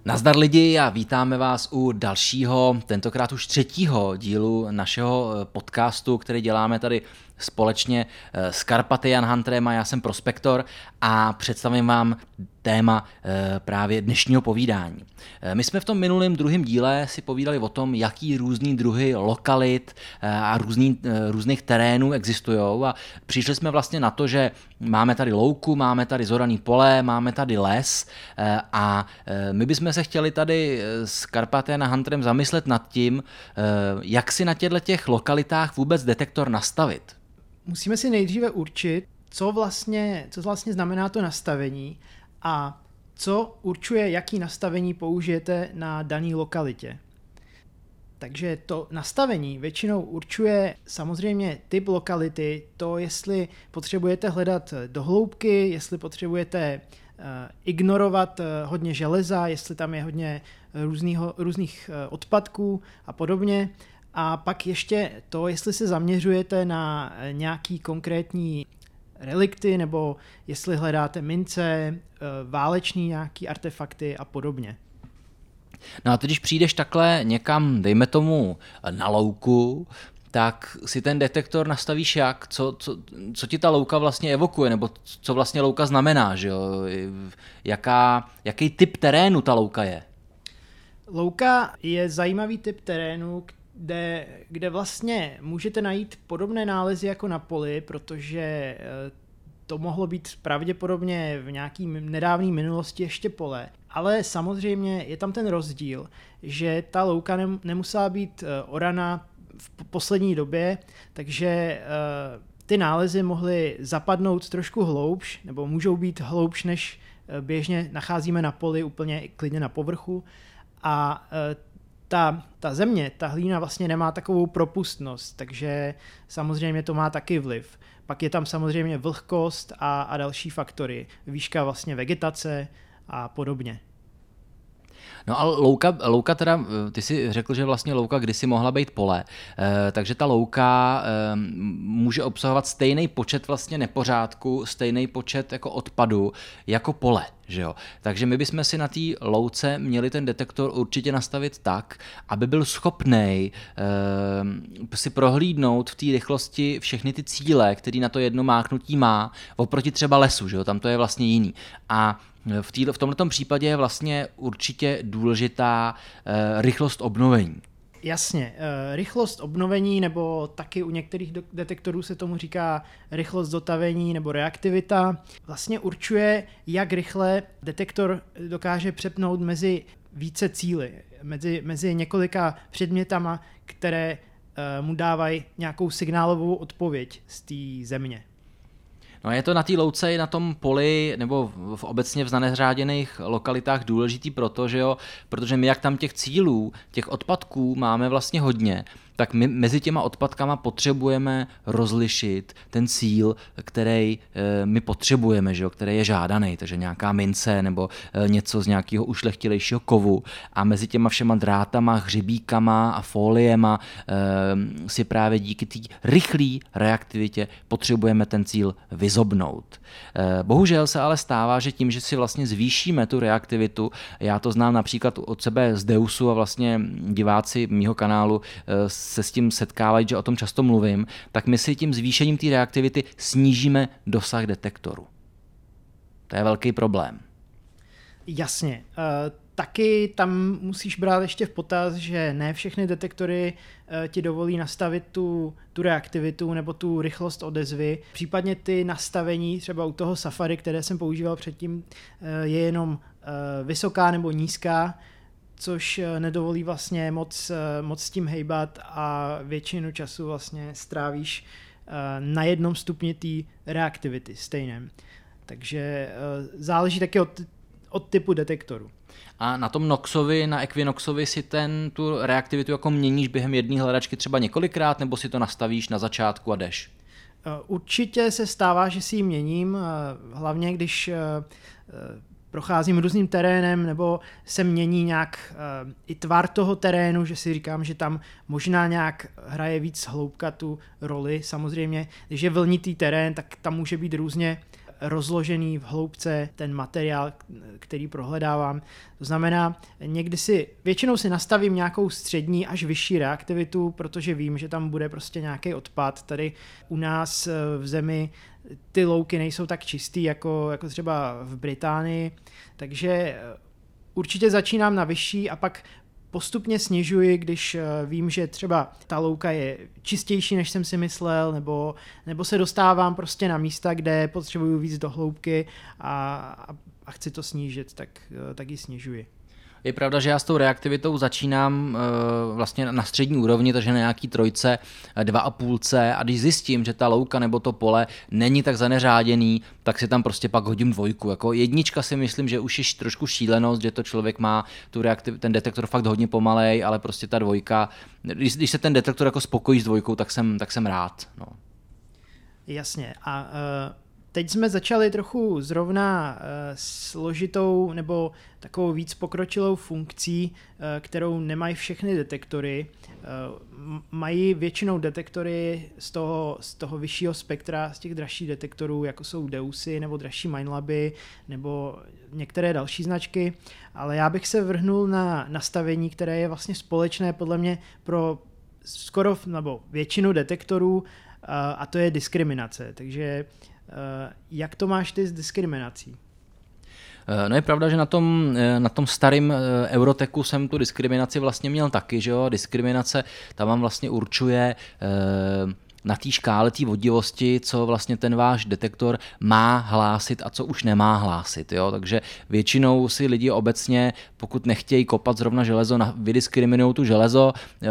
Nazdar lidi a vítáme vás u dalšího, tentokrát už třetího dílu našeho podcastu, který děláme tady společně s Karpaty Jan Hunterem a já jsem Prospektor a představím vám téma právě dnešního povídání. My jsme v tom minulém druhém díle si povídali o tom, jaký různý druhy lokalit a různých terénů existují a přišli jsme vlastně na to, že máme tady louku, máme tady zoraný pole, máme tady les a my bychom se chtěli tady s Karpaty a Hunterem zamyslet nad tím, jak si na těchto lokalitách vůbec detektor nastavit. Musíme si nejdříve určit, co vlastně znamená to nastavení a co určuje, jaký nastavení použijete na dané lokalitě. Takže to nastavení většinou určuje samozřejmě typ lokality, to jestli potřebujete hledat do hloubky, jestli potřebujete ignorovat hodně železa, jestli tam je hodně různých odpadků a podobně. A pak ještě to, jestli se zaměřujete na nějaký konkrétní relikty, nebo jestli hledáte mince, váleční nějaký artefakty a podobně. No a teď, když přijdeš takhle někam, dejme tomu na louku, tak si ten detektor nastavíš jak? Co ti ta louka vlastně evokuje, nebo co vlastně louka znamená, že jo? Jaký typ terénu ta louka je? Louka je zajímavý typ terénu, kde vlastně můžete najít podobné nálezy jako na poli, protože to mohlo být pravděpodobně v nějaký nedávné minulosti ještě pole. Ale samozřejmě je tam ten rozdíl, že ta louka nemusela být orana v poslední době, takže ty nálezy mohly zapadnout trošku hloubš, nebo můžou být hloubš, než běžně nacházíme na poli, úplně klidně na povrchu. A ta země, ta hlína vlastně nemá takovou propustnost, takže samozřejmě to má taky vliv. Pak je tam samozřejmě vlhkost a další faktory, výška vlastně vegetace a podobně. No a louka teda, ty si řekl, že vlastně louka kdysi mohla být pole, takže ta louka může obsahovat stejný počet vlastně nepořádku, stejný počet jako odpadu jako pole, že jo. Takže my bychom si na té louce měli ten detektor určitě nastavit tak, aby byl schopnej si prohlídnout v té rychlosti všechny ty cíle, který na to jedno máknutí má, oproti třeba lesu, že jo, tam to je vlastně jiný. A v tomto případě je vlastně určitě důležitá rychlost obnovení. Jasně, rychlost obnovení, nebo taky u některých detektorů se tomu říká rychlost zotavení nebo reaktivita, vlastně určuje, jak rychle detektor dokáže přepnout mezi více cíly, mezi několika předmětama, které mu dávají nějakou signálovou odpověď z té země. No a je to na té louce i na tom poli nebo obecně v zaneřáděných lokalitách důležitý protože my jak tam těch cílů, těch odpadků máme vlastně hodně, tak my mezi těma odpadkama potřebujeme rozlišit ten cíl, který my potřebujeme, že jo, který je žádaný, takže nějaká mince nebo něco z nějakého ušlechtilejšího kovu a mezi těma všema drátama, hřebíkama a foliema si právě díky té rychlé reaktivitě potřebujeme ten cíl vyzobnout. Bohužel se ale stává, že tím, že si vlastně zvýšíme tu reaktivitu, já to znám například od sebe z Deusu a vlastně diváci mýho kanálu se s tím setkávají, že o tom často mluvím, tak my si tím zvýšením té reaktivity snížíme dosah detektoru. To je velký problém. Jasně. Taky tam musíš brát ještě v potaz, že ne všechny detektory ti dovolí nastavit tu reaktivitu nebo tu rychlost odezvy. Případně ty nastavení, třeba u toho Safari, které jsem používal předtím, je jenom vysoká nebo nízká, což nedovolí vlastně moc s tím hejbat a většinu času vlastně strávíš na jednom stupni té reaktivity stejném. Takže záleží taky od typu detektoru. A na tom Noxovi, na Equinoxovi si tu reaktivitu jako měníš během jedné hledačky třeba několikrát, nebo si to nastavíš na začátku a jdeš? Určitě se stává, že si ji měním, hlavně když procházím různým terénem nebo se mění nějak i tvar toho terénu, že si říkám, že tam možná nějak hraje víc hloubka tu roli. Samozřejmě, když je vlnitý terén, tak tam může být různě rozložený v hloubce ten materiál, který prohledávám. To znamená, většinou si nastavím nějakou střední až vyšší reaktivitu, protože vím, že tam bude prostě nějaký odpad. Tady u nás v zemi ty louky nejsou tak čistý jako třeba v Británii, takže určitě začínám na vyšší a pak postupně snižuji, když vím, že třeba ta louka je čistější, než jsem si myslel, nebo se dostávám prostě na místa, kde potřebuju víc do hloubky a chci to snížit, tak ji snižuji. Je pravda, že já s tou reaktivitou začínám vlastně na střední úrovni, takže na nějaký 3, 2,5 a když zjistím, že ta louka nebo to pole není tak zaneřáděný, tak si tam prostě pak hodím 2. Jako 1 si myslím, že už je trošku šílenost, že to člověk má ten detektor fakt hodně pomalej, ale prostě ta 2, když se ten detektor jako spokojí s 2, tak jsem rád. No. Jasně. A teď jsme začali trochu zrovna složitou nebo takovou víc pokročilou funkcí, kterou nemají všechny detektory. Mají většinou detektory z toho vyššího spektra, z těch dražších detektorů, jako jsou Deusy nebo dražší Minelaby nebo některé další značky, ale já bych se vrhnul na nastavení, které je vlastně společné podle mě pro skoro nebo většinu detektorů, a to je diskriminace. Takže jak to máš ty s diskriminací? No je pravda, že na tom starém Euroteku jsem tu diskriminaci vlastně měl taky, že jo, diskriminace, tam vám vlastně určuje na té škále té vodivosti, co vlastně ten váš detektor má hlásit a co už nemá hlásit. Jo? Takže většinou si lidi obecně, pokud nechtějí kopat zrovna železo, vydiskriminují tu železo.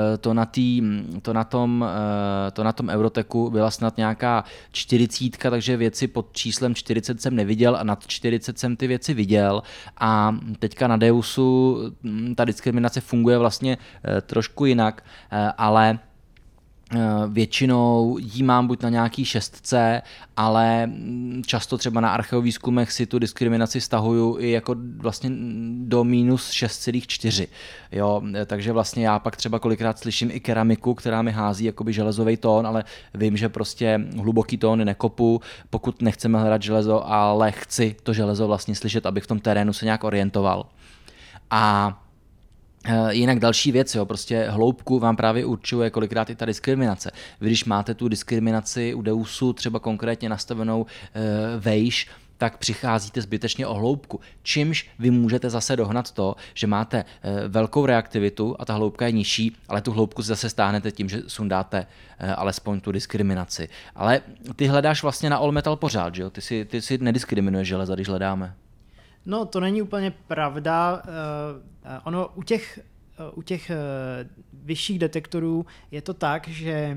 To na tom Euroteku byla snad nějaká 40, takže věci pod číslem 40 jsem neviděl a nad 40 jsem ty věci viděl. A teďka na Deusu ta diskriminace funguje vlastně trošku jinak, ale většinou jí mám buď na nějaký 6, ale často třeba na archeovýzkumech si tu diskriminaci stahuju i jako vlastně do minus 6,4. Jo, takže vlastně já pak třeba kolikrát slyším i keramiku, která mi hází jakoby železový tón, ale vím, že prostě hluboký tóny nekopu, pokud nechceme hledat železo, ale chci to železo vlastně slyšet, abych v tom terénu se nějak orientoval. A jinak další věc, jo, prostě hloubku vám právě určuje kolikrát i ta diskriminace. Vy když máte tu diskriminaci u Deusu třeba konkrétně nastavenou vejš, tak přicházíte zbytečně o hloubku. Čímž vy můžete zase dohnat to, že máte velkou reaktivitu a ta hloubka je nižší, ale tu hloubku zase stáhnete tím, že sundáte alespoň tu diskriminaci. Ale ty hledáš vlastně na all metal pořád, že jo? Ty si nediskriminuješ železa, když hledáme. To No, není úplně pravda. Ono u těch vyšších detektorů je to tak, že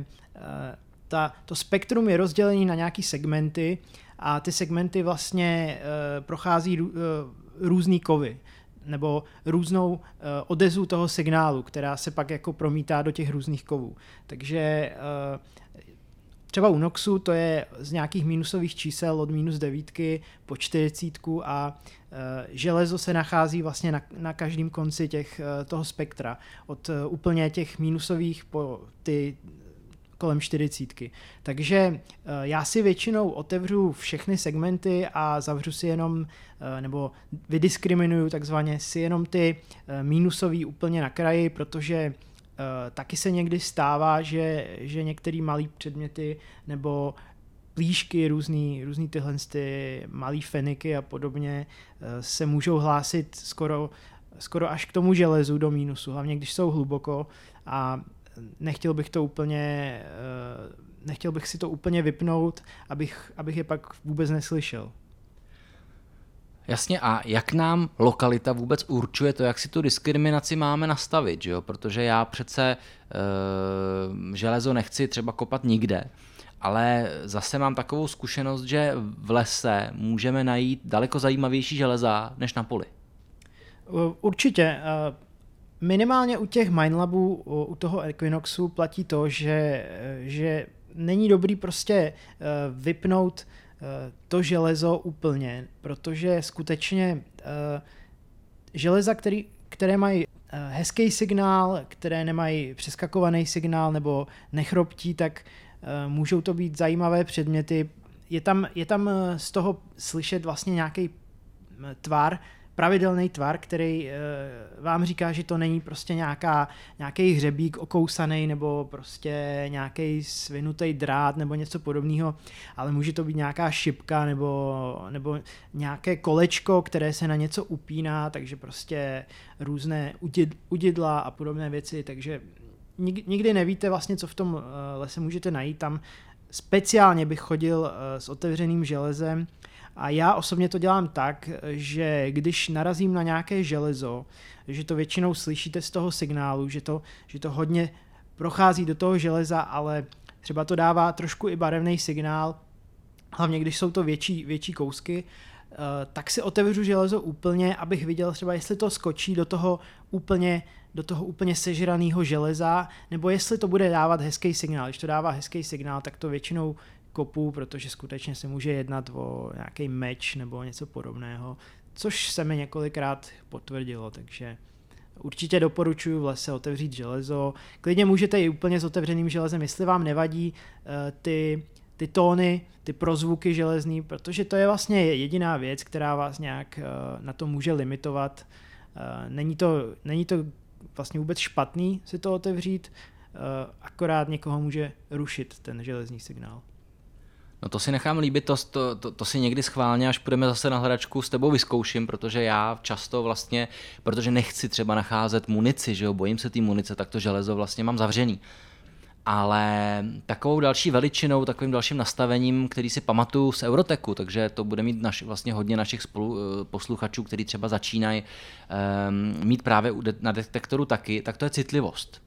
to spektrum je rozdělené na nějaké segmenty a ty segmenty vlastně prochází různý kovy nebo různou odezvu toho signálu, která se pak jako promítá do těch různých kovů. Takže třeba u Noxu to je z nějakých minusových čísel od -9 po 40 a železo se nachází vlastně na každém konci toho spektra. Od úplně těch minusových po ty kolem 40. Takže já si většinou otevřu všechny segmenty a zavřu si jenom, nebo vydiskriminuju takzvaně si jenom ty minusový úplně na kraji, protože taky se někdy stává, že některé malé předměty nebo plíšky, různý tyhle malé feniky a podobně se můžou hlásit skoro až k tomu železu do mínusu, hlavně když jsou hluboko a nechtěl bych si to úplně vypnout, abych je pak vůbec neslyšel. Jasně, a jak nám lokalita vůbec určuje to, jak si tu diskriminaci máme nastavit, že jo? Protože já přece železo nechci třeba kopat nikde, ale zase mám takovou zkušenost, že v lese můžeme najít daleko zajímavější železa než na poli. Určitě. Minimálně u těch Minelabů, u toho Equinoxu platí to, že není dobrý prostě vypnout to železo úplně, protože skutečně železa, které mají hezký signál, které nemají přeskakovaný signál nebo nechroptí, tak můžou to být zajímavé předměty, je tam z toho slyšet vlastně nějaký tvar, pravidelný tvar, který vám říká, že to není prostě nějaký hřebík okousaný nebo prostě nějaký svinutý drát nebo něco podobného, ale může to být nějaká šipka nebo nějaké kolečko, které se na něco upíná, takže prostě různé udidla a podobné věci, takže nikdy nevíte vlastně, co v tom lese můžete najít. Tam speciálně bych chodil s otevřeným železem a já osobně to dělám tak, že když narazím na nějaké železo, že to většinou slyšíte z toho signálu, že to hodně prochází do toho železa, ale třeba to dává trošku i barevný signál, hlavně když jsou to větší kousky, tak si otevřu železo úplně, abych viděl třeba, jestli to skočí do toho úplně sežraného železa, nebo jestli to bude dávat hezký signál. Když to dává hezký signál, tak to většinou kopu, protože skutečně se může jednat o nějaký meč nebo něco podobného, což se mi několikrát potvrdilo, takže určitě doporučuji v lese otevřít železo. Klidně můžete i úplně s otevřeným železem, jestli vám nevadí ty tóny, ty prozvuky železný, protože to je vlastně jediná věc, která vás nějak na to může limitovat. Není to vlastně vůbec špatný si to otevřít, akorát někoho může rušit ten železný signál. No to si nechám líbit, to si někdy schválně, až půjdeme zase na hledačku, s tebou vyzkouším, protože já často vlastně, protože nechci třeba nacházet munici, že jo, bojím se té munice, tak to železo vlastně mám zavřený. Ale takovou další veličinou, takovým dalším nastavením, který si pamatuju z Euroteku, takže to bude mít vlastně hodně našich posluchačů, kteří třeba začínají mít právě na detektoru taky, tak to je citlivost.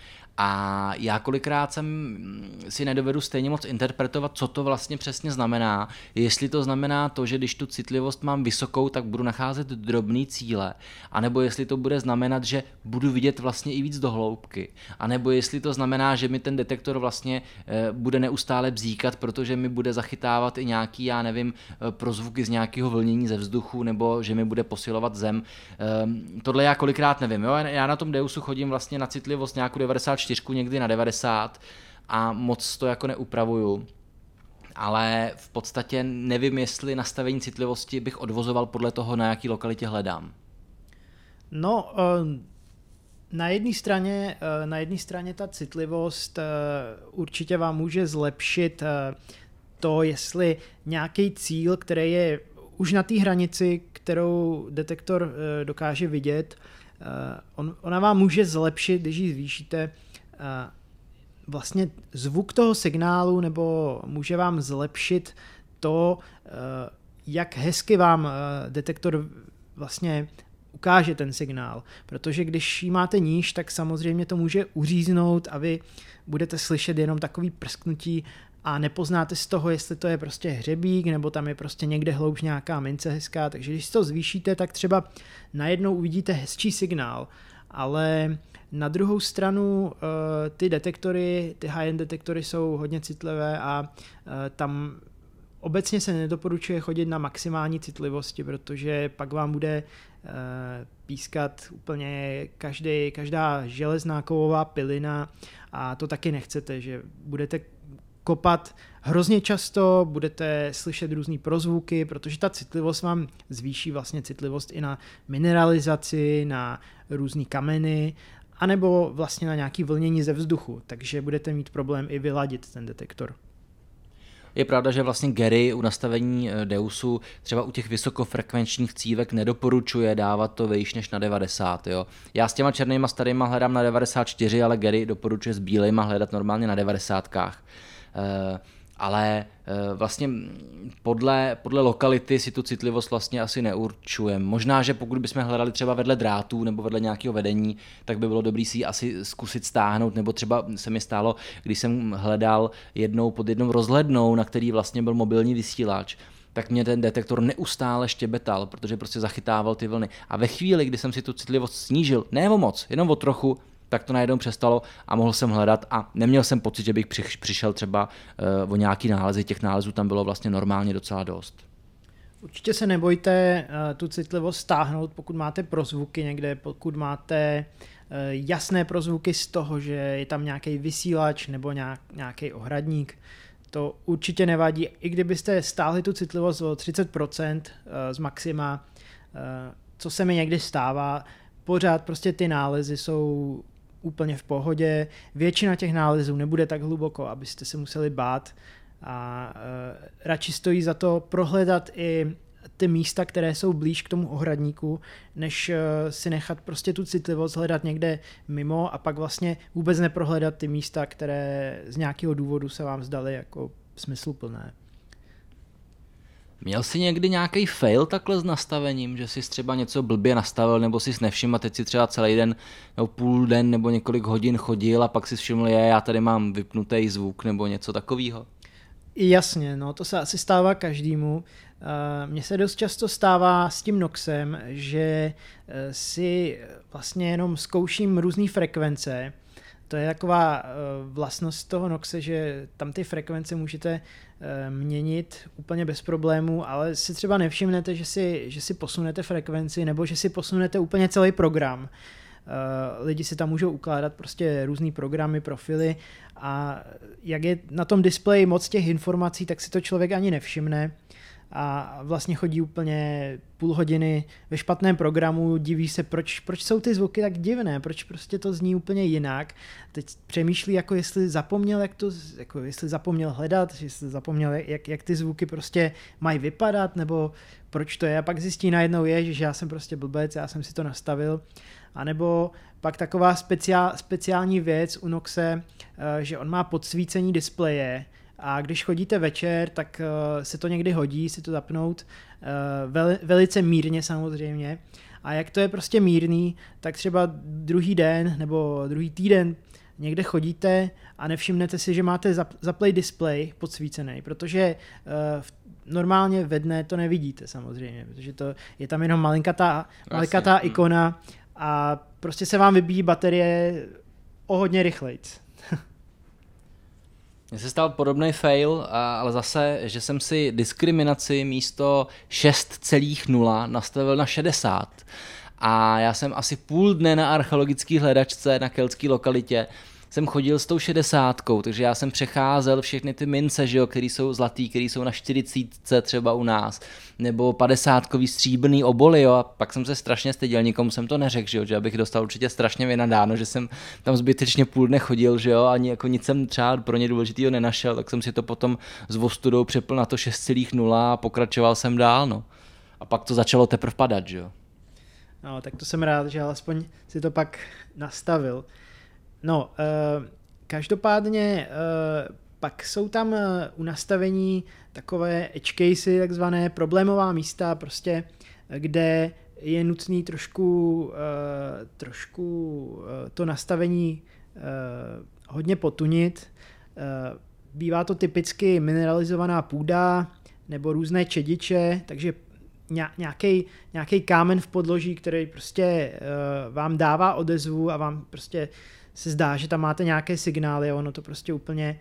A já kolikrát si nedovedu stejně moc interpretovat, co to vlastně přesně znamená. Jestli to znamená to, že když tu citlivost mám vysokou, tak budu nacházet drobný cíle. A nebo jestli to bude znamenat, že budu vidět vlastně i víc do hloubky. A nebo jestli to znamená, že mi ten detektor vlastně bude neustále bzíkat, protože mi bude zachytávat i nějaký, já nevím, prozvuky z nějakého vlnění ze vzduchu, nebo že mi bude posilovat zem. Tohle já kolikrát nevím. Jo? Já na tom Deusu chodím vlastně na citlivost nějakou 94, někdy na 90 a moc to jako neupravuju. Ale v podstatě nevím, jestli nastavení citlivosti bych odvozoval podle toho, na jaký lokalitě hledám. No, na jedné straně ta citlivost určitě vám může zlepšit to, jestli nějaký cíl, který je už na té hranici, kterou detektor dokáže vidět, ona vám může zlepšit, když ji zvýšíte, vlastně zvuk toho signálu, nebo může vám zlepšit to, jak hezky vám detektor vlastně ukáže ten signál. Protože když ji máte níž, tak samozřejmě to může uříznout a vy budete slyšet jenom takový prsknutí a nepoznáte z toho, jestli to je prostě hřebík, nebo tam je prostě někde hloubš nějaká mince hezká. Takže když si to zvýšíte, tak třeba najednou uvidíte hezčí signál. Ale na druhou stranu ty detektory, ty high-end detektory jsou hodně citlivé a tam obecně se nedoporučuje chodit na maximální citlivosti, protože pak vám bude pískat úplně každá železná kovová pilina a to taky nechcete, že budete kopat hrozně často, budete slyšet různý prozvuky, protože ta citlivost vám zvýší vlastně citlivost i na mineralizaci, na různý kameny, anebo vlastně na nějaký vlnění ze vzduchu, takže budete mít problém i vyladit ten detektor. Je pravda, že vlastně Gary u nastavení Deusu třeba u těch vysokofrekvenčních cívek nedoporučuje dávat to výš než na 90. Jo. Já s těma černýma starýma hledám na 94, ale Gary doporučuje s bílejma hledat normálně na 90. Ale vlastně podle lokality si tu citlivost vlastně asi neurčujeme. Možná, že pokud bychom hledali třeba vedle drátů nebo vedle nějakého vedení, tak by bylo dobré si ji asi zkusit stáhnout, nebo třeba se mi stálo, když jsem hledal pod jednou rozhlednou, na který vlastně byl mobilní vysílač, tak mě ten detektor neustále štěbetal, protože prostě zachytával ty vlny. A ve chvíli, kdy jsem si tu citlivost snížil, ne o moc, jenom o trochu, tak to najednou přestalo a mohl jsem hledat a neměl jsem pocit, že bych přišel třeba o nějaký nálezy. Těch nálezů tam bylo vlastně normálně docela dost. Určitě se nebojte tu citlivost stáhnout, pokud máte prozvuky někde, pokud máte jasné prozvuky z toho, že je tam nějaký vysílač nebo nějaký ohradník, to určitě nevadí, i kdybyste stáhli tu citlivost o 30% z maxima, co se mi někdy stává, pořád prostě ty nálezy jsou úplně v pohodě, většina těch nálezů nebude tak hluboko, abyste se museli bát a radši stojí za to prohledat i ty místa, které jsou blíž k tomu ohradníku, než si nechat prostě tu citlivost hledat někde mimo a pak vlastně vůbec neprohledat ty místa, které z nějakého důvodu se vám zdaly jako smysluplné. Měl jsi někdy nějaký fail takhle s nastavením, že jsi třeba něco blbě nastavil nebo jsi nevšiml a teď si třeba celý den nebo půl den nebo několik hodin chodil a pak si všiml, já tady mám vypnutý zvuk nebo něco takového? Jasně, no to se asi stává každému. Mně se dost často stává s tím Noxem, že si vlastně jenom zkouším různé frekvence. To je taková vlastnost toho Noxe, že tam ty frekvence můžete měnit úplně bez problémů, ale si třeba nevšimnete, že si posunete frekvenci nebo že si posunete úplně celý program. Lidi si tam můžou ukládat prostě různý programy, profily a jak je na tom displeji moc těch informací, tak si to člověk ani nevšimne a vlastně chodí úplně půl hodiny ve špatném programu, diví se, proč jsou ty zvuky tak divné, proč prostě to zní úplně jinak. Teď přemýšlí, jako jestli zapomněl, jestli zapomněl hledat, jestli zapomněl, jak ty zvuky prostě mají vypadat, nebo proč to je. A pak zjistí najednou že já jsem prostě blbec, já jsem si to nastavil. A nebo pak taková speciální věc u Noxe, že on má podsvícení displeje, a když chodíte večer, tak se to někdy hodí si to zapnout velice mírně samozřejmě. A jak to je prostě mírný, tak třeba druhý den nebo druhý týden někde chodíte a nevšimnete si, že máte zaplay display podsvícený, protože normálně ve dne to nevidíte samozřejmě, protože je tam jenom malinkatá ikona a prostě se vám vybíjí baterie o hodně rychlejc. Mně se stal podobný fail, ale zase, že jsem si diskriminaci místo 6,0 nastavil na 60. A já jsem asi půl dne na archeologické hledačce na keltské lokalitě jsem chodil s tou 60, takže já jsem přecházel všechny ty mince, že jo, které jsou zlatý, které jsou na 40 třeba u nás, nebo 50kový stříbrný oboly, jo, a pak jsem se strašně styděl, nikomu jsem to neřekl, že jo, že abych dostal určitě strašně vynadáno, že jsem tam zbytečně půl dne chodil, že jo, ani jako nic jsem třeba pro ně důležitýho nenašel, tak jsem si to potom s ostudou přepl na to 6,0 a pokračoval jsem dál, no. A pak to začalo teprve padat, že jo. No, tak to jsem rád, že alespoň si to pak nastavil. No, každopádně pak jsou tam u nastavení takové edge casey, takzvané problémová místa, prostě, kde je nutný trošku to nastavení hodně potunit. Bývá to typicky mineralizovaná půda nebo různé čediče, takže nějaký kámen v podloží, který prostě vám dává odezvu a vám prostě se zdá, že tam máte nějaké signály a ono to prostě úplně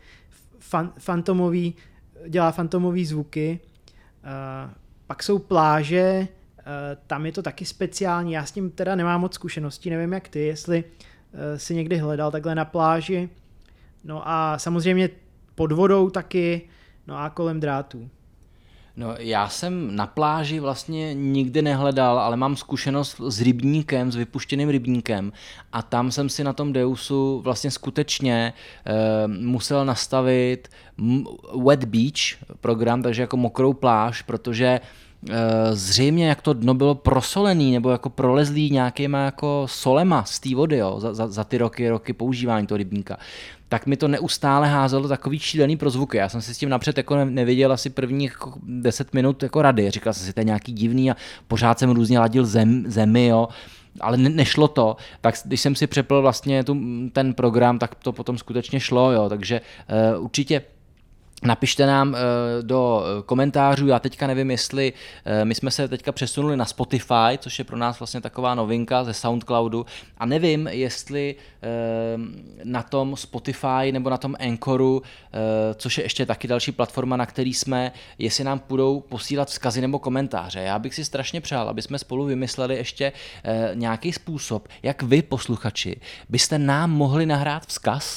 dělá fantomový zvuky. Pak jsou pláže, tam je to taky speciální, já s tím teda nemám moc zkušeností, nevím jak ty, jestli si někdy hledal takhle na pláži. No a samozřejmě pod vodou taky, no a kolem drátů. No, já jsem na pláži vlastně nikdy nehledal, ale mám zkušenost s rybníkem, s vypuštěným rybníkem a tam jsem si na tom Deusu vlastně skutečně musel nastavit wet beach program, takže jako mokrou pláž, protože zřejmě jak to dno bylo prosolený nebo jako prolezlý nějakýma jako solema z té vody, jo, za ty roky používání toho rybníka, tak mi to neustále házelo takový šílený prozvuky. Já jsem si s tím napřed jako nevěděl asi prvních jako 10 minut jako rady. Říkal jsem si, to je nějaký divný a pořád jsem různě ladil zemi, jo. Ale nešlo to, tak když jsem si přepl vlastně ten program, tak to potom skutečně šlo, jo. Takže určitě napište nám do komentářů, já teďka nevím, jestli my jsme se teďka přesunuli na Spotify, což je pro nás vlastně taková novinka ze Soundcloudu a nevím, jestli na tom Spotify nebo na tom Anchoru, což je ještě taky další platforma, na který jsme, jestli nám budou posílat vzkazy nebo komentáře. Já bych si strašně přál, aby jsme spolu vymysleli ještě nějaký způsob, jak vy, posluchači, byste nám mohli nahrát vzkaz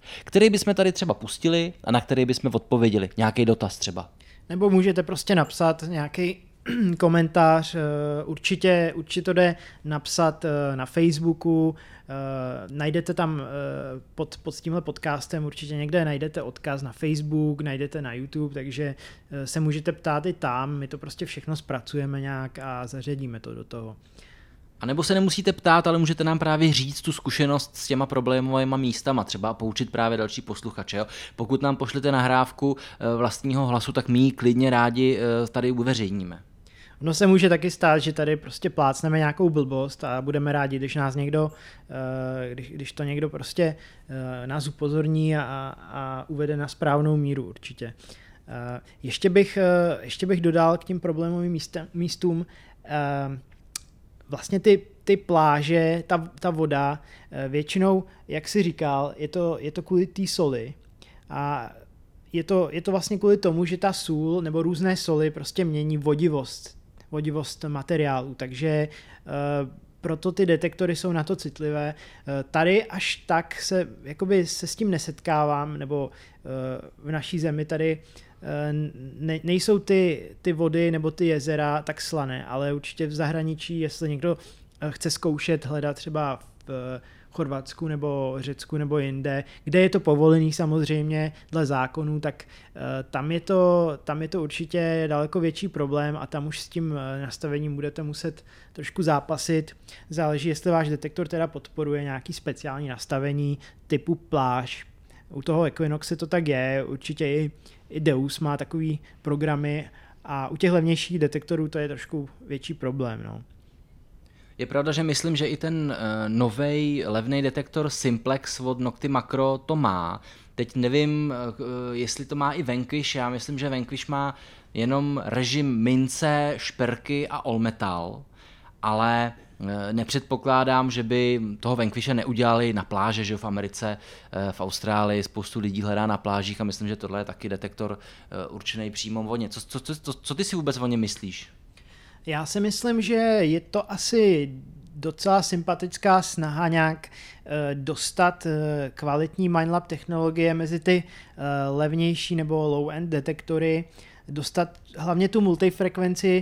který bychom tady třeba pustili a na který bychom odpověděli. Nějaký dotaz třeba. Nebo můžete prostě napsat nějaký komentář, určitě to jde napsat na Facebooku, najdete tam pod tímhle podcastem určitě někde najdete odkaz na Facebook, najdete na YouTube, takže se můžete ptát i tam, my to prostě všechno zpracujeme nějak a zařadíme to do toho. A nebo se nemusíte ptát, ale můžete nám právě říct tu zkušenost s těma problémovými místama, třeba poučit právě další posluchače. Jo? Pokud nám pošlete nahrávku vlastního hlasu, tak my ji klidně rádi tady uveřejníme. No se může taky stát, že tady prostě plácneme nějakou blbost a budeme rádi, když nás někdo, když to někdo prostě nás upozorní a uvede na správnou míru určitě. Ještě bych dodal k těm problémovým místům, vlastně ty pláže, ta voda, většinou, jak jsi říkal, je to kvůli té soli a je to vlastně kvůli tomu, že ta sůl nebo různé soli prostě mění vodivost materiálu, takže proto ty detektory jsou na to citlivé. Tady až tak se s tím nesetkávám, nebo v naší zemi tady nejsou ty vody nebo ty jezera tak slané, ale určitě v zahraničí, jestli někdo chce zkoušet hledat třeba v Chorvatsku nebo Řecku nebo jinde, kde je to povolený samozřejmě dle zákonů, tak tam je to určitě daleko větší problém a tam už s tím nastavením budete muset trošku zápasit. Záleží, jestli váš detektor teda podporuje nějaký speciální nastavení typu pláž. U toho Equinoxe to tak je, určitě i Deus má takový programy a u těch levnějších detektorů to je trošku větší problém. No. Je pravda, že myslím, že i ten novej levný detektor Simplex od Nocti Macro to má. Teď nevím, jestli to má i Vanquish, já myslím, že Vanquish má jenom režim mince, šperky a all metal, ale nepředpokládám, že by toho Vanquishe neudělali na pláže, že v Americe, v Austrálii spoustu lidí hledá na plážích a myslím, že tohle je taky detektor určený přímo o ně. Co ty si vůbec o něm myslíš? Já si myslím, že je to asi docela sympatická snaha nějak dostat kvalitní Minelab technologie mezi ty levnější nebo low-end detektory, dostat hlavně tu multifrekvenci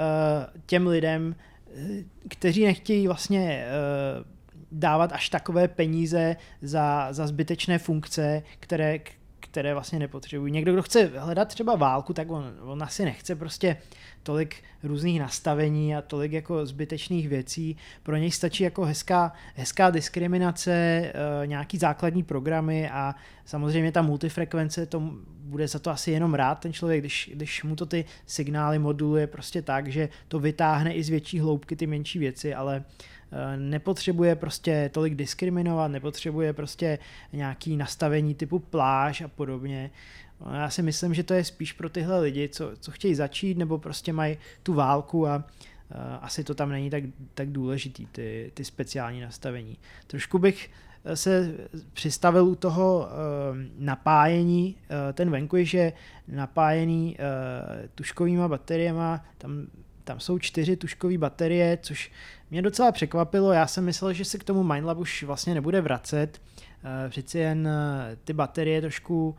těm lidem, kteří nechtějí vlastně dávat až takové peníze za zbytečné funkce, které vlastně nepotřebují. Někdo, kdo chce hledat třeba válku, tak on asi nechce prostě tolik různých nastavení a tolik jako zbytečných věcí. Pro něj stačí jako hezká diskriminace, nějaký základní programy a samozřejmě ta multifrekvence, to bude za to asi jenom rád ten člověk, když mu to ty signály moduluje prostě tak, že to vytáhne i z větší hloubky ty menší věci, ale nepotřebuje prostě tolik diskriminovat, nepotřebuje prostě nějaký nastavení typu pláž a podobně. Já si myslím, že to je spíš pro tyhle lidi, co chtějí začít, nebo prostě mají tu válku a asi to tam není tak důležitý, ty speciální nastavení. Trošku bych se přistavil u toho napájení, ten Vanquish je napájený tužkovýma bateriema, tam jsou 4 tužkové baterie, což mě docela překvapilo, já jsem myslel, že se k tomu Minelab už vlastně nebude vracet, přeci jen ty baterie trošku,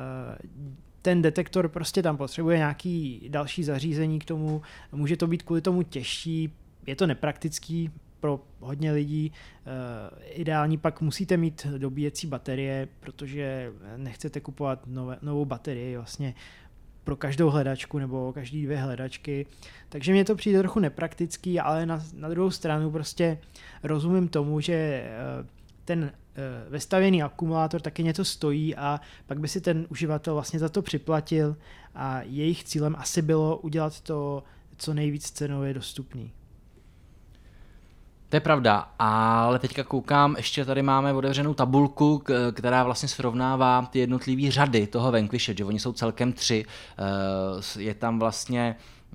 ten detektor prostě tam potřebuje nějaký další zařízení k tomu, může to být kvůli tomu těžší, je to nepraktický pro hodně lidí, ideální pak musíte mít dobíjecí baterie, protože nechcete kupovat novou baterii vlastně pro každou hledačku nebo každý 2 hledačky, takže mně to přijde trochu nepraktický, ale na druhou stranu prostě rozumím tomu, že ten vestavěný akumulátor taky něco stojí a pak by si ten uživatel vlastně za to připlatil a jejich cílem asi bylo udělat to co nejvíc cenově dostupný. To je pravda, ale teďka koukám, ještě tady máme otevřenou tabulku, která vlastně srovnává ty jednotlivé řady toho Vanquishe, že oni jsou celkem 3, je tam vlastně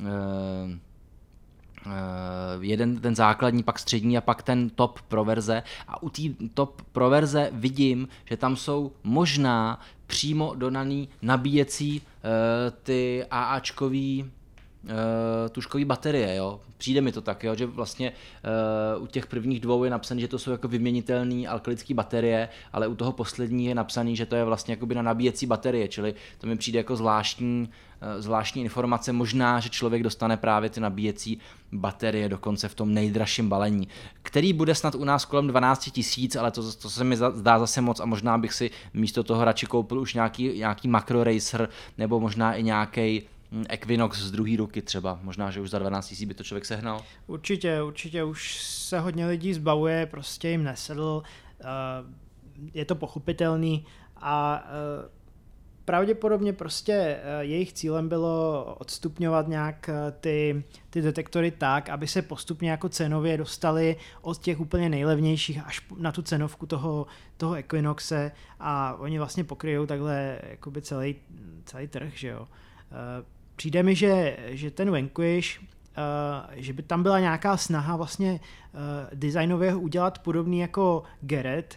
jeden ten základní, pak střední a pak ten top pro verze a u té top pro verze vidím, že tam jsou možná přímo dodaný nabíjecí ty AAčkový tužkový baterie, jo. Přijde mi to tak, jo, že vlastně u těch prvních dvou je napsané, že to jsou jako vyměnitelné alkalické baterie, ale u toho poslední je napsané, že to je vlastně jakoby na nabíjecí baterie, čili to mi přijde jako zvláštní informace, možná, že člověk dostane právě ty nabíjecí baterie dokonce v tom nejdražším balení, který bude snad u nás kolem 12 000, ale to se mi zdá zase moc a možná bych si místo toho radši koupil už nějaký Macro Racer nebo možná i nějaký Equinox z druhé ruky třeba, možná, že už za 12 000 by to člověk sehnal. Určitě už se hodně lidí zbavuje, prostě jim nesedl, je to pochopitelný a pravděpodobně prostě jejich cílem bylo odstupňovat nějak ty detektory tak, aby se postupně jako cenově dostali od těch úplně nejlevnějších až na tu cenovku toho Equinoxe a oni vlastně pokryjou takhle jakoby celý trh, že jo. Přijde mi, že ten Vanquish, že by tam byla nějaká snaha vlastně designově udělat podobný jako Garrett.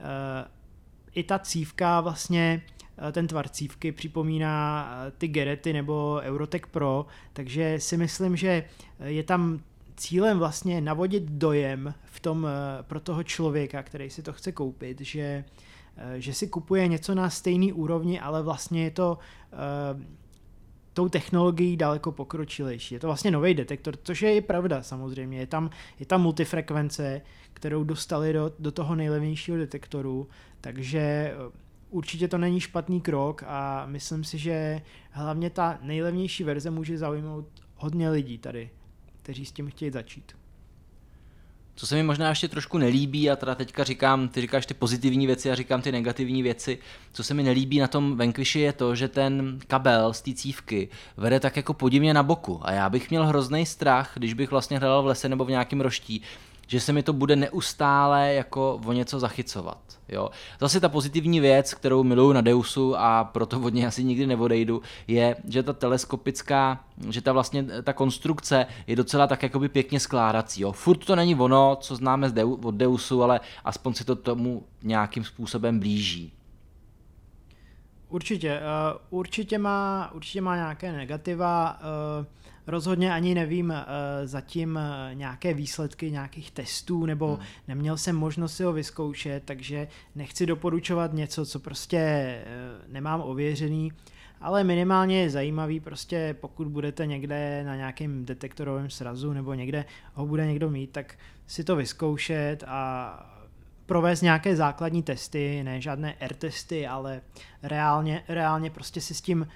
I ta cívka vlastně, ten tvar cívky připomíná ty Garretty nebo Eurotech Pro, takže si myslím, že je tam cílem vlastně navodit dojem pro toho člověka, který si to chce koupit, že si kupuje něco na stejný úrovni, ale vlastně je to tou technologií daleko pokročilejší. Je to vlastně nový detektor, což je i pravda samozřejmě. Je tam multifrekvence, kterou dostali do toho nejlevnějšího detektoru, takže určitě to není špatný krok a myslím si, že hlavně ta nejlevnější verze může zaujmout hodně lidí tady, kteří s tím chtějí začít. Co se mi možná ještě trošku nelíbí, a teda teďka ty říkáš ty pozitivní věci a říkám ty negativní věci, co se mi nelíbí na tom Vanquishi je to, že ten kabel z té cívky vede tak jako podivně na boku a já bych měl hrozný strach, když bych vlastně hledal v lese nebo v nějakém roští, že se mi to bude neustále jako o něco zachycovat. Jo. Zase ta pozitivní věc, kterou miluju na Deusu a proto od něj asi nikdy neodejdu, je, že ta teleskopická, že ta konstrukce je docela tak jakoby pěkně skládací. Jo. Furt to není ono, co známe od Deusu, ale aspoň se to tomu nějakým způsobem blíží. Určitě má nějaké negativa, rozhodně ani nevím zatím nějaké výsledky nějakých testů, nebo neměl jsem možnost si ho vyzkoušet, takže nechci doporučovat něco, co prostě nemám ověřený, ale minimálně je zajímavý prostě, pokud budete někde na nějakém detektorovém srazu nebo někde ho bude někdo mít, tak si to vyzkoušet a provést nějaké základní testy, ne žádné R-testy, ale reálně prostě si s tím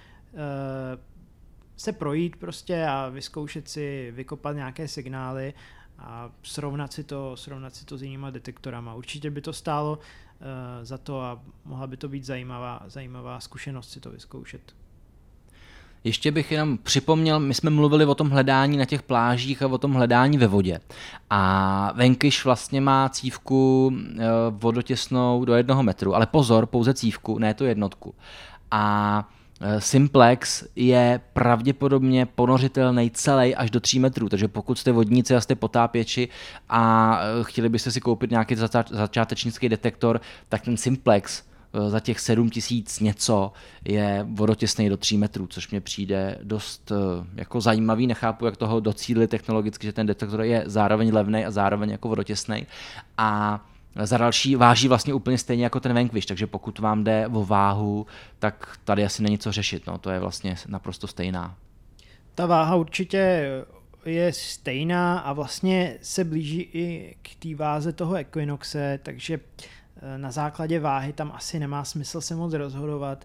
se projít prostě a vyzkoušet si, vykopat nějaké signály a srovnat si to s jinýma detektorama. Určitě by to stálo za to a mohla by to být zajímavá zkušenost si to vyzkoušet. Ještě bych jenom připomněl, my jsme mluvili o tom hledání na těch plážích a o tom hledání ve vodě. A Vanquish vlastně má cívku vodotěsnou do 1 metru, ale pozor, pouze cívku, ne to jednotku. A Simplex je pravděpodobně ponořitelný celý až do 3 metrů, takže pokud jste vodníci a jste potápěči a chtěli byste si koupit nějaký začátečnický detektor, tak ten Simplex za těch 7 000 něco je vodotěsný do 3 metrů, což mně přijde dost jako zajímavý. Nechápu, jak toho docílili technologicky, že ten detektor je zároveň levný a zároveň jako vodotěsný. A za další váží vlastně úplně stejně jako ten Vanquish, takže pokud vám jde o váhu, tak tady asi není co řešit. No, to je vlastně naprosto stejná. Ta váha určitě je stejná a vlastně se blíží i k té váze toho Equinoxe, takže na základě váhy tam asi nemá smysl se moc rozhodovat.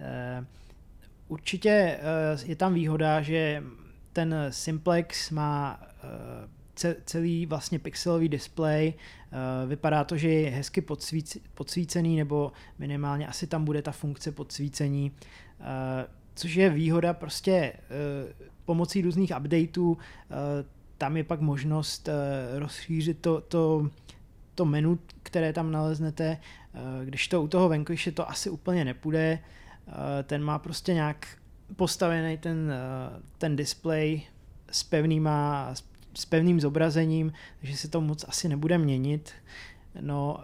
Určitě je tam výhoda, že ten Simplex má celý vlastně pixelový displej, vypadá to, že je hezky podsvícený, nebo minimálně asi tam bude ta funkce podsvícení, což je výhoda prostě pomocí různých updateů, tam je pak možnost rozšířit to menu, které tam naleznete, když to u toho Vanquishe to asi úplně nepůjde, ten má prostě nějak postavený ten displej s pevným zobrazením, takže se to moc asi nebude měnit. No,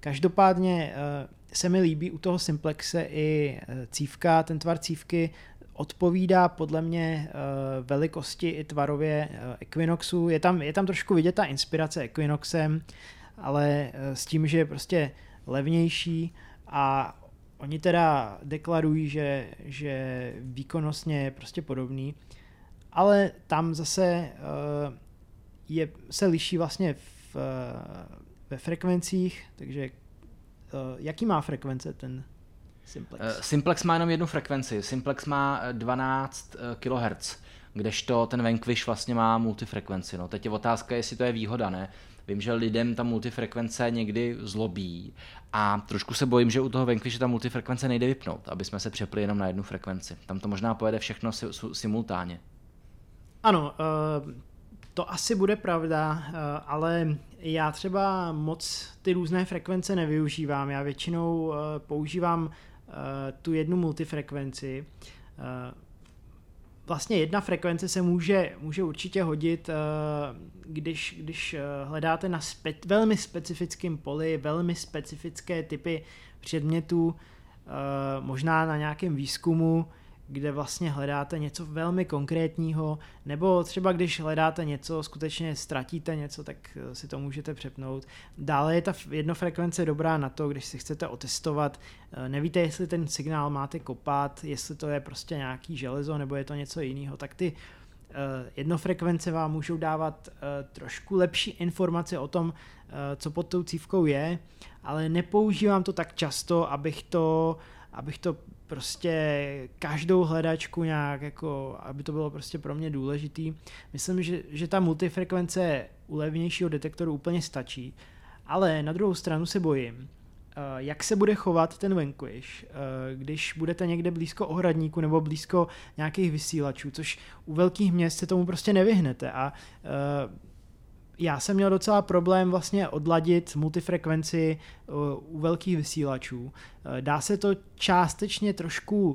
každopádně se mi líbí u toho Simplexe i cívka, ten tvar cívky odpovídá podle mě velikosti i tvarově Equinoxu. Je tam trošku vidět ta inspirace Equinoxem, ale s tím, že je prostě levnější a oni teda deklarují, že výkonnostně je prostě podobný, ale tam zase se liší vlastně ve frekvencích, takže jaký má frekvence ten Simplex? Simplex má jenom jednu frekvenci, Simplex má 12 kHz, kdežto ten Vanquish vlastně má multifrekvenci. No. Teď je otázka, jestli to je výhoda, ne? Vím, že lidem ta multifrekvence někdy zlobí a trošku se bojím, že u toho Vanquishe ta multifrekvence nejde vypnout, aby jsme se přepli jenom na jednu frekvenci. Tam to možná pojede všechno simultánně. Ano, to asi bude pravda, ale já třeba moc ty různé frekvence nevyužívám. Já většinou používám tu jednu multifrekvenci. Vlastně jedna frekvence se může určitě hodit, když hledáte na velmi specifickém poli, velmi specifické typy předmětů, možná na nějakém výzkumu, kde vlastně hledáte něco velmi konkrétního, nebo třeba když hledáte něco, skutečně ztratíte něco, tak si to můžete přepnout. Dále je ta jednofrekvence dobrá na to, když si chcete otestovat, nevíte, jestli ten signál máte kopat, jestli to je prostě nějaký železo, nebo je to něco jiného, tak ty jednofrekvence vám můžou dávat trošku lepší informace o tom, co pod tou cívkou je, ale nepoužívám to tak často, abych to prostě každou hledačku nějak jako, aby to bylo prostě pro mě důležitý. Myslím, že ta multifrekvence u levnějšího detektoru úplně stačí, ale na druhou stranu se bojím, jak se bude chovat ten Vanquish, když budete někde blízko ohradníku nebo blízko nějakých vysílačů, což u velkých měst se tomu prostě nevyhnete a já jsem měl docela problém vlastně odladit multifrekvenci u velkých vysílačů. Dá se to částečně trošku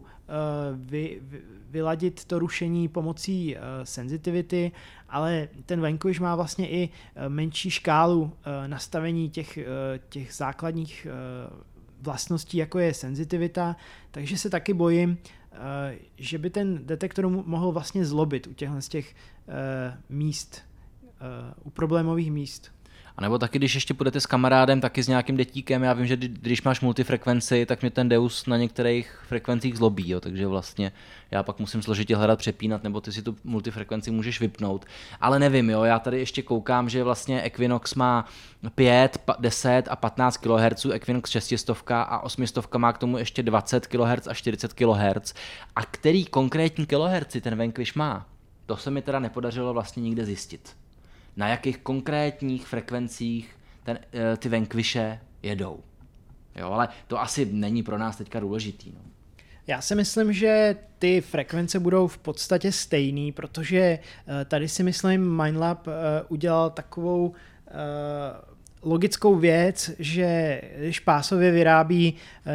vyladit to rušení pomocí sensitivity, ale ten Vanquish má vlastně i menší škálu nastavení těch základních vlastností, jako je senzitivita, takže se taky bojím, že by ten detektor mohl vlastně zlobit u těchto z těch míst, u problémových míst. A nebo taky, když ještě půjdete s kamarádem, taky s nějakým detíkem, já vím, že když máš multifrekvenci, tak mě ten Deus na některých frekvencích zlobí, jo, takže vlastně já pak musím složitě hledat, přepínat, nebo ty si tu multifrekvenci můžeš vypnout. Ale nevím, jo, já tady ještě koukám, že vlastně Equinox má 5, 10 a 15 kHz, Equinox 600 a 800 má k tomu ještě 20 kHz a 40 kHz. A který konkrétní kilohertz ten Vanquish má, to se mi teda nepodařilo vlastně nikde zjistit. Na jakých konkrétních frekvencích ty Vanquishe jedou. Jo, ale to asi není pro nás teďka důležitý. No. Já si myslím, že ty frekvence budou v podstatě stejný, protože tady si myslím Minelab udělal takovou logickou věc, že když pásově vyrábí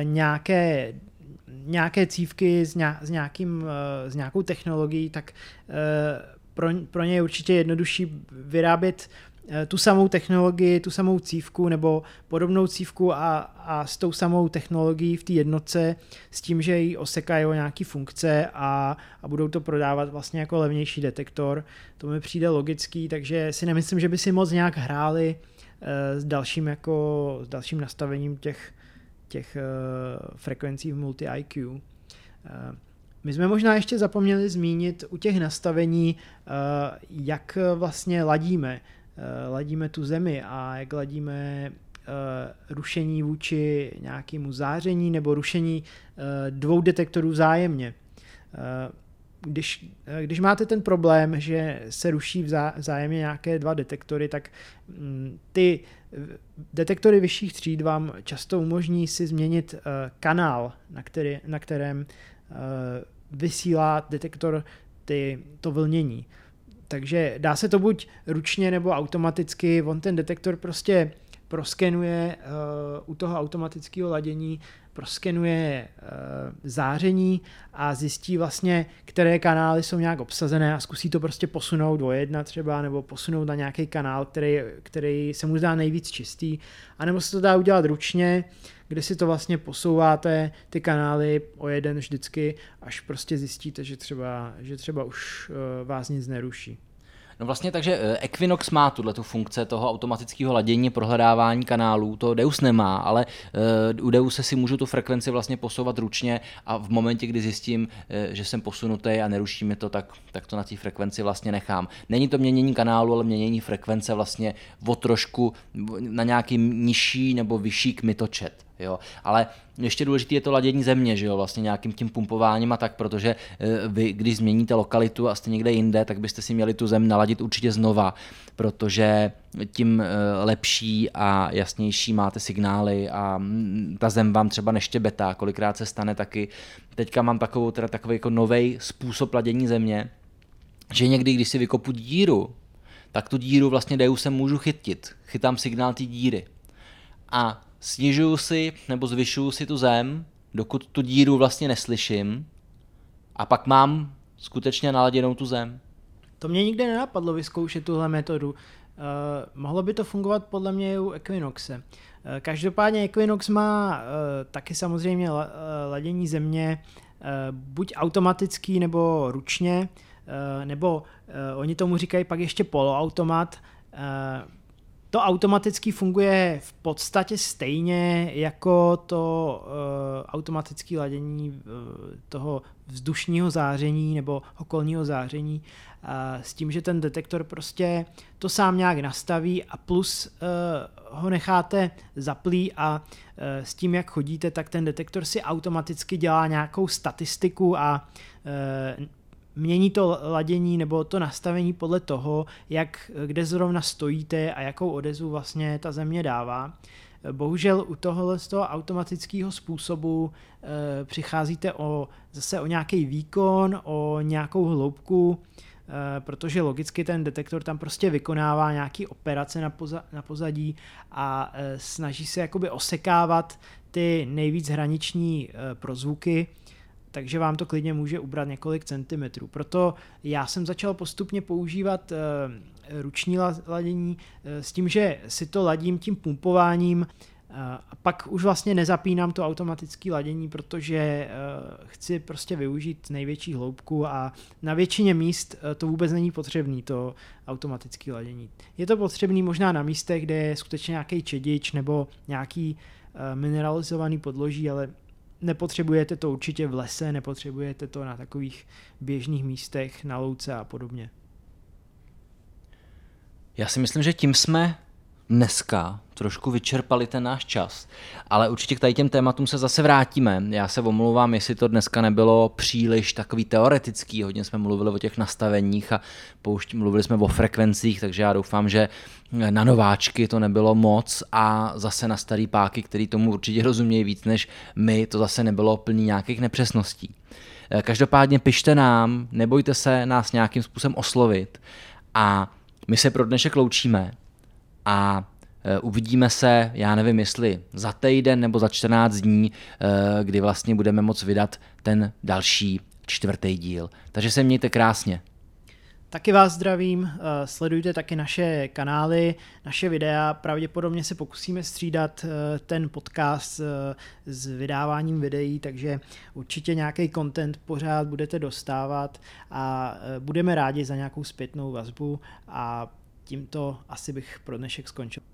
nějaké cívky s nějakou technologií, tak pro ně je určitě jednodušší vyrábět tu samou technologii, tu samou cívku nebo podobnou cívku a s tou samou technologií v té jednotce s tím, že ji osekají o nějaký funkce a budou to prodávat vlastně jako levnější detektor. To mi přijde logický, takže si nemyslím, že by si moc nějak hráli s dalším nastavením těch frekvencí v multi-IQ. My jsme možná ještě zapomněli zmínit u těch nastavení, jak vlastně ladíme tu zemi a jak ladíme rušení vůči nějakému záření nebo rušení dvou detektorů vzájemně. Když máte ten problém, že se ruší vzájemně nějaké dva detektory, tak ty detektory vyšších tříd vám často umožní si změnit kanál, na kterém vysílá detektor to vlnění. Takže dá se to buď ručně nebo automaticky, on ten detektor prostě proskenuje u toho automatického ladění proskenuje záření a zjistí vlastně, které kanály jsou nějak obsazené a zkusí to prostě posunout o jedna třeba, nebo posunout na nějaký kanál, který se mu zdá nejvíc čistý, anebo se to dá udělat ručně, kde si to vlastně posouváte ty kanály o jeden vždycky, až prostě zjistíte, že třeba už vás nic neruší. No vlastně takže Equinox má tu funkce toho automatického ladění, prohledávání kanálů, to Deus nemá, ale u Deuse si můžu tu frekvenci vlastně posouvat ručně a v momentě, kdy zjistím, že jsem posunutý a neruší mi to, tak to na té frekvenci vlastně nechám. Není to měnění kanálu, ale měnění frekvence vlastně o trošku na nějaký nižší nebo vyšší kmitočet. Jo, ale ještě důležité je to ladění země, že jo, vlastně nějakým tím pumpováním a tak, protože vy, když změníte lokalitu a jste někde jinde, tak byste si měli tu zem naladit určitě znova, protože tím lepší a jasnější máte signály a ta zem vám třeba neštěbetá, kolikrát se stane taky. Teďka mám takový jako novej způsob ladění země, že někdy, když si vykopu díru, tak tu díru vlastně Deusem můžu chytit. Chytám signál té díry. A snižuju si nebo zvyšuju si tu zem, dokud tu díru vlastně neslyším a pak mám skutečně naladěnou tu zem. To mě nikdy nenapadlo vyzkoušet tuhle metodu. Mohlo by to fungovat podle mě u Equinoxe. Každopádně Equinox má taky samozřejmě ladění země buď automatický nebo ručně, nebo oni tomu říkají pak ještě poloautomat. To automaticky funguje v podstatě stejně jako to automatické ladění toho vzdušního záření nebo okolního záření, s tím, že ten detektor prostě to sám nějak nastaví a plus ho necháte zaplý a s tím, jak chodíte, tak ten detektor si automaticky dělá nějakou statistiku a mění to ladění nebo to nastavení podle toho, kde zrovna stojíte a jakou odezvu vlastně ta země dává. Bohužel u tohohle z toho automatického způsobu přicházíte zase o nějaký výkon, o nějakou hloubku, protože logicky ten detektor tam prostě vykonává nějaký operace na pozadí a snaží se jakoby osekávat ty nejvíc hraniční prozvuky, takže vám to klidně může ubrat několik centimetrů. Proto já jsem začal postupně používat ruční ladění s tím, že si to ladím tím pumpováním a pak už vlastně nezapínám to automatické ladění, protože chci prostě využít největší hloubku a na většině míst to vůbec není potřebný, to automatické ladění. Je to potřebný možná na místech, kde je skutečně nějaký čedič nebo nějaký mineralizovaný podloží, ale nepotřebujete to určitě v lese, nepotřebujete to na takových běžných místech, na louce a podobně. Já si myslím, že tím jsme dneska trošku vyčerpali ten náš čas, ale určitě k tady těm tématům se zase vrátíme. Já se omlouvám, jestli to dneska nebylo příliš takový teoretický, hodně jsme mluvili o těch nastaveních a mluvili jsme o frekvencích, takže já doufám, že na nováčky to nebylo moc a zase na starý páky, který tomu určitě rozumějí víc než my, to zase nebylo plný nějakých nepřesností. Každopádně pište nám, nebojte se nás nějakým způsobem oslovit a my se pro dnešek loučíme a uvidíme se, já nevím, jestli za týden nebo za 14 dní, kdy vlastně budeme moct vydat ten další 4. díl. Takže se mějte krásně. Taky vás zdravím, sledujte taky naše kanály, naše videa, pravděpodobně se pokusíme střídat ten podcast s vydáváním videí, takže určitě nějaký content pořád budete dostávat a budeme rádi za nějakou zpětnou vazbu a tímto asi bych pro dnešek skončil.